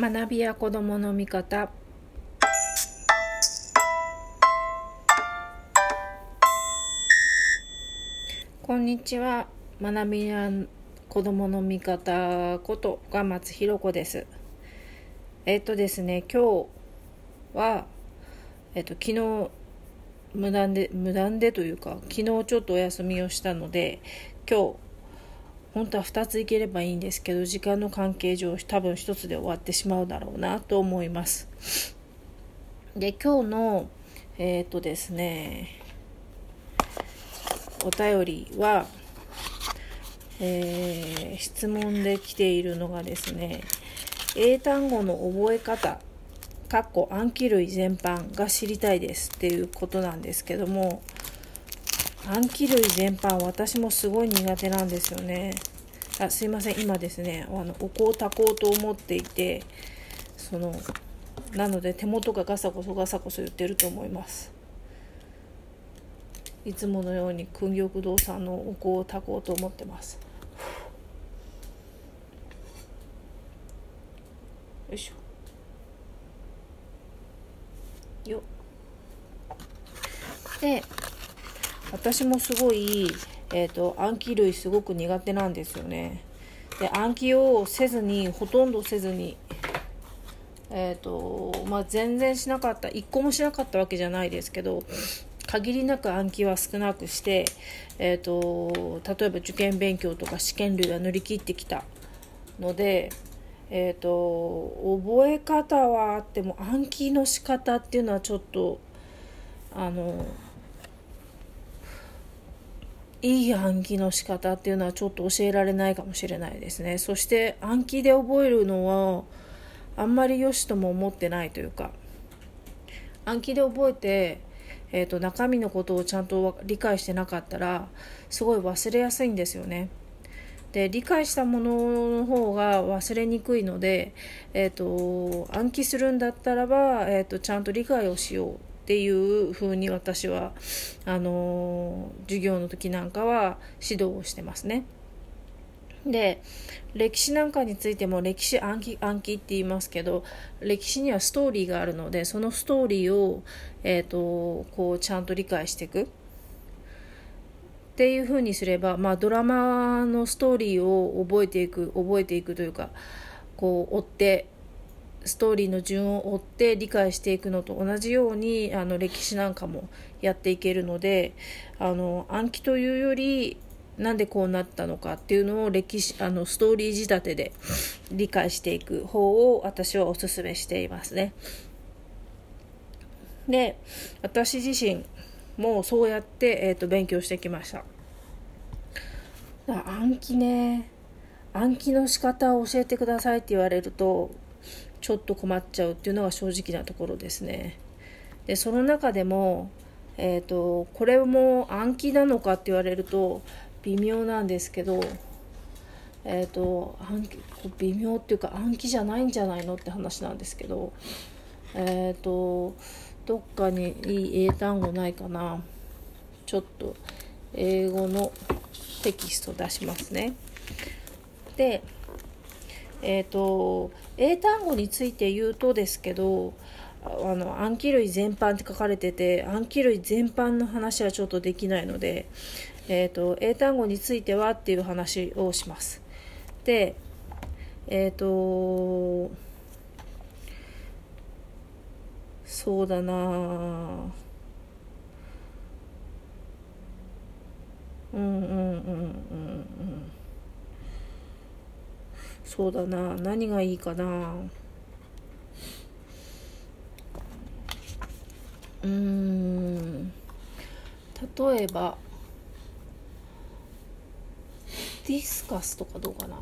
学びや子どもの見方。こんにちは。学びや子どもの見方ことが松ひろ子です。ですね、今日は、昨日無断でというか、昨日ちょっとお休みをしたので、今日本当は2つ行ければいいんですけど、時間の関係上多分1つで終わってしまうだろうなと思います。で、今日のですね、お便りは、質問で来ているのがですね、英単語の覚え方暗記類全般が知りたいですっていうことなんですけども、暗記類全般私もすごい苦手なんですよね。すいません、今ですねお香を炊こうと思っていて、なので手元がガサゴソ言ってると思います。いつものように訓玉堂さんのお香を炊こうと思ってます。よいしょよ。で、私もすごい、暗記類すごく苦手なんですよね。で、暗記をほとんどせずに、全然しなかった、一個もしなかったわけじゃないですけど、限りなく暗記は少なくして、例えば受験勉強とか試験類は乗り切ってきたので、覚え方はあっても暗記の仕方っていうのはちょっといい暗記の仕方っていうのはちょっと教えられないかもしれないですね。そして暗記で覚えるのはあんまり良しとも思ってないというか、暗記で覚えて、中身のことをちゃんと理解してなかったらすごい忘れやすいんですよね。で、理解したものの方が忘れにくいので、暗記するんだったらば、ちゃんと理解をしようっていう風に私は授業の時なんかは指導をしてますね。で、歴史なんかについても歴史暗記って言いますけど、歴史にはストーリーがあるので、そのストーリーを、こうちゃんと理解していくっていう風にすれば、ドラマのストーリーを覚えていくというか、こう追ってストーリーの順を追って理解していくのと同じように歴史なんかもやっていけるので、暗記というよりなんでこうなったのかっていうのをストーリー仕立てで理解していく方を私はお勧めしていますね。で、私自身もそうやって、勉強してきました。暗記の仕方を教えてくださいって言われるとちょっと困っちゃうっていうのが正直なところですね。で、その中でも、これも暗記なのかって言われると微妙なんですけど、微妙っていうか暗記じゃないんじゃないのって話なんですけど、どっかにいい英単語ないかな。ちょっと英語のテキスト出しますね。で、英単語について言うとですけど、暗記類全般って書かれてて、暗記類全般の話はちょっとできないので、英単語についてはっていう話をします。で、そうだなそうだな、何がいいかな。例えばディスカスとかどうかな。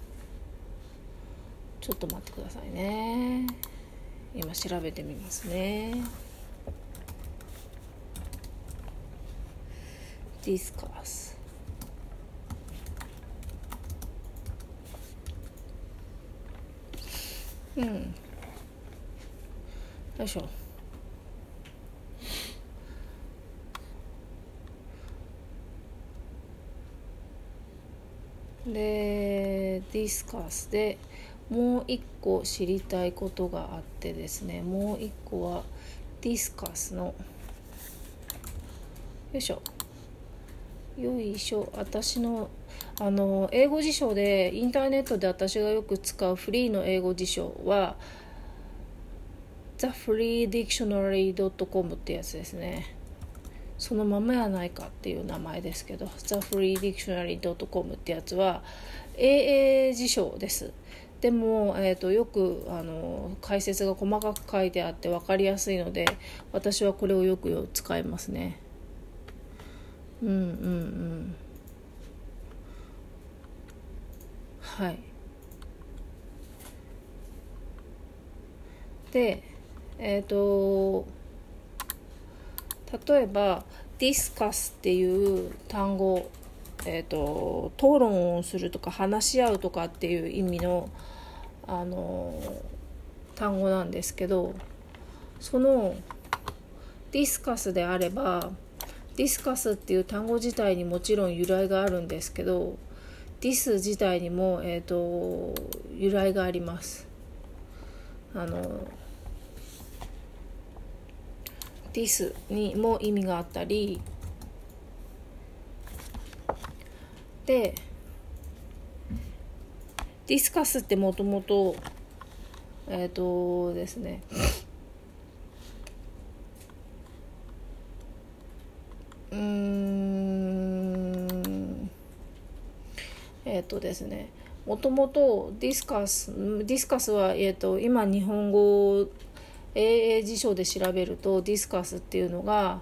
ちょっと待ってくださいね。今調べてみますね。ディスカス。よいしょ。で、ディスカスでもう一個知りたいことがあってですね、もう一個はディスカスのよいしょ私の英語辞書でインターネットで私がよく使うフリーの英語辞書は thefreedictionary.com ってやつですね。そのままやないかっていう名前ですけど thefreedictionary.com ってやつは英英辞書です。でも、よく解説が細かく書いてあって分かりやすいので私はこれをよく使いますね。はい。で例えばディスカスっていう単語、討論をするとか話し合うとかっていう意味の、単語なんですけど、そのディスカスであればディスカスっていう単語自体にもちろん由来があるんですけど、ディス自体にも、由来があります。ディスにも意味があったりで、ディスカスってもともとですねですねもともとディスカスは、今日本語英英辞書で調べるとディスカスっていうのが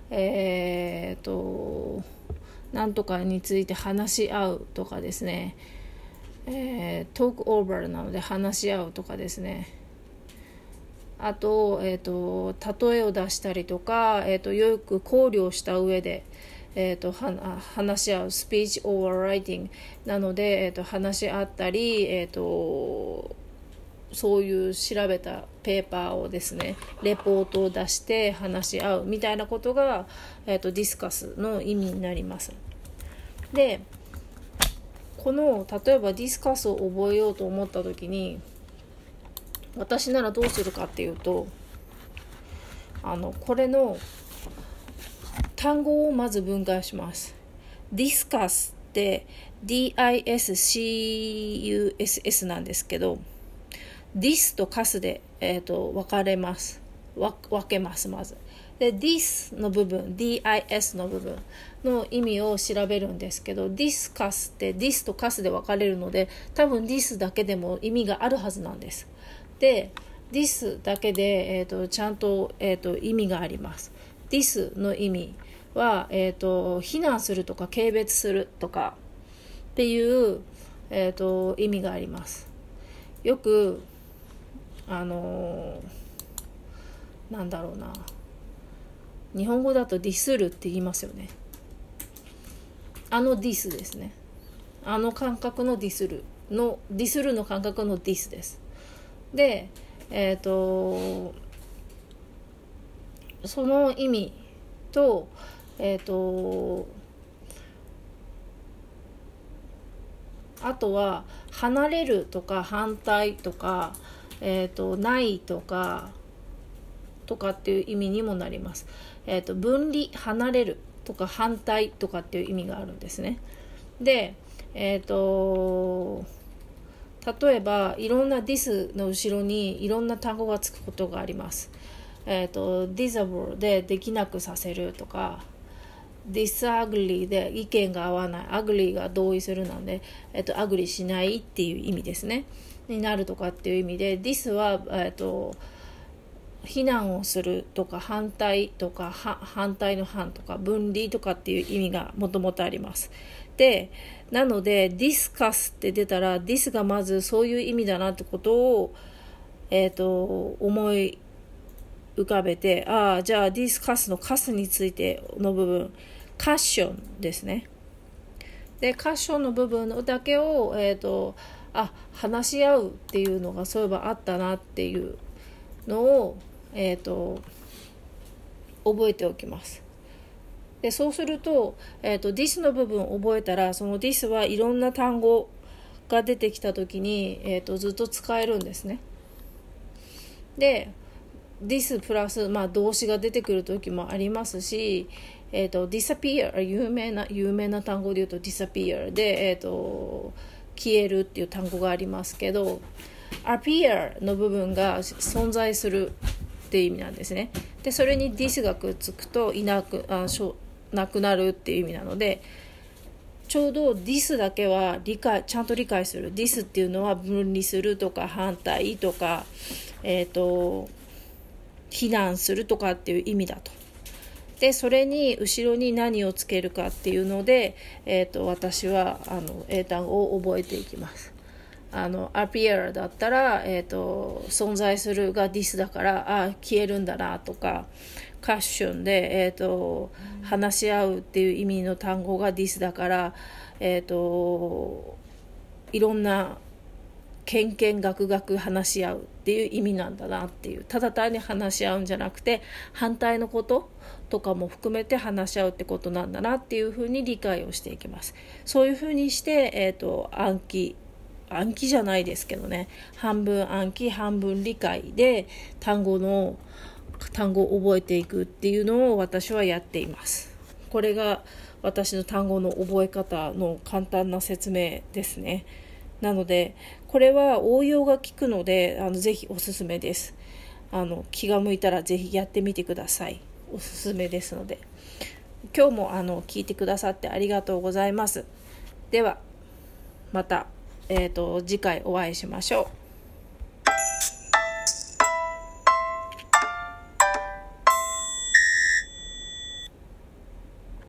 なんとかについて話し合うとかですね、トークオーバーなので話し合うとかですね、あと、例えを出したりとか、よく考慮した上で、話し合うスピーチオーバーライティングなので、話し合ったり、そういう調べたペーパーをですねレポートを出して話し合うみたいなことが、ディスカスの意味になります。でこの例えばディスカスを覚えようと思った時に私ならどうするかっていうとこれの単語をまず分解します。ディスカスって DISCUSS なんですけどthis と cas で、分けます。まずで this の部分 dis の部分の意味を調べるんですけど discuss って this と cas で分かれるので多分 this だけでも意味があるはずなんです。で this だけで、ちゃんと、意味があります。 this の意味は、非難するとか軽蔑するとかっていう、意味があります。よくなんだろうな日本語だとディスるって言いますよね。ディスですね。感覚のディスるの感覚のディスです。でその意味とあとは離れるとか反対とかないとかっていう意味にもなります。分離離れるとか反対とかっていう意味があるんですね。で例えばいろんな this の後ろにいろんな単語がつくことがあります。disable でできなくさせるとかdisagree で意見が合わない agree が同意するので、agree しないっていう意味ですねになるとかっていう意味で this は、非難をするとか反対とか反対の反とか分離とかっていう意味がもともとあります。でなので discuss って出たら this がまずそういう意味だなってことを、思い浮かべてじゃあ discuss のカスについての部分カッションですね。でカッションの部分だけを、話し合うっていうのがそういえばあったなっていうのを、覚えておきます。でそうすると、this の部分を覚えたらその this はいろんな単語が出てきた時に、ずっと使えるんですね。で this プラス、動詞が出てくる時もありますし、disappear 有名な単語で言うと disappear で、消えるっていう単語がありますけど、 appear の部分が存在するっていう意味なんですね。でそれに this がくっつくとなくなるっていう意味なので、ちょうど this だけはちゃんと理解する。 this っていうのは分離するとか反対とか、非難するとかっていう意味だと。でそれに後ろに何をつけるかっていうので、私は英単語を覚えていきます。appear だったら、存在するが this だから消えるんだなとか、カッションで、話し合うっていう意味の単語が this だから、いろんなけんがく話し合うっていう意味なんだなっていう、ただ単に話し合うんじゃなくて反対のこととかも含めて話し合うってことなんだなっていうふうに理解をしていきます。そういうふうにして、暗記じゃないですけどね、半分暗記半分理解で単語を覚えていくっていうのを私はやっています。これが私の単語の覚え方の簡単な説明ですね。なのでこれは応用が効くのでぜひおすすめです。気が向いたらぜひやってみてください。おすすめですので。今日も聞いてくださってありがとうございます。ではまた、次回お会いしましょう。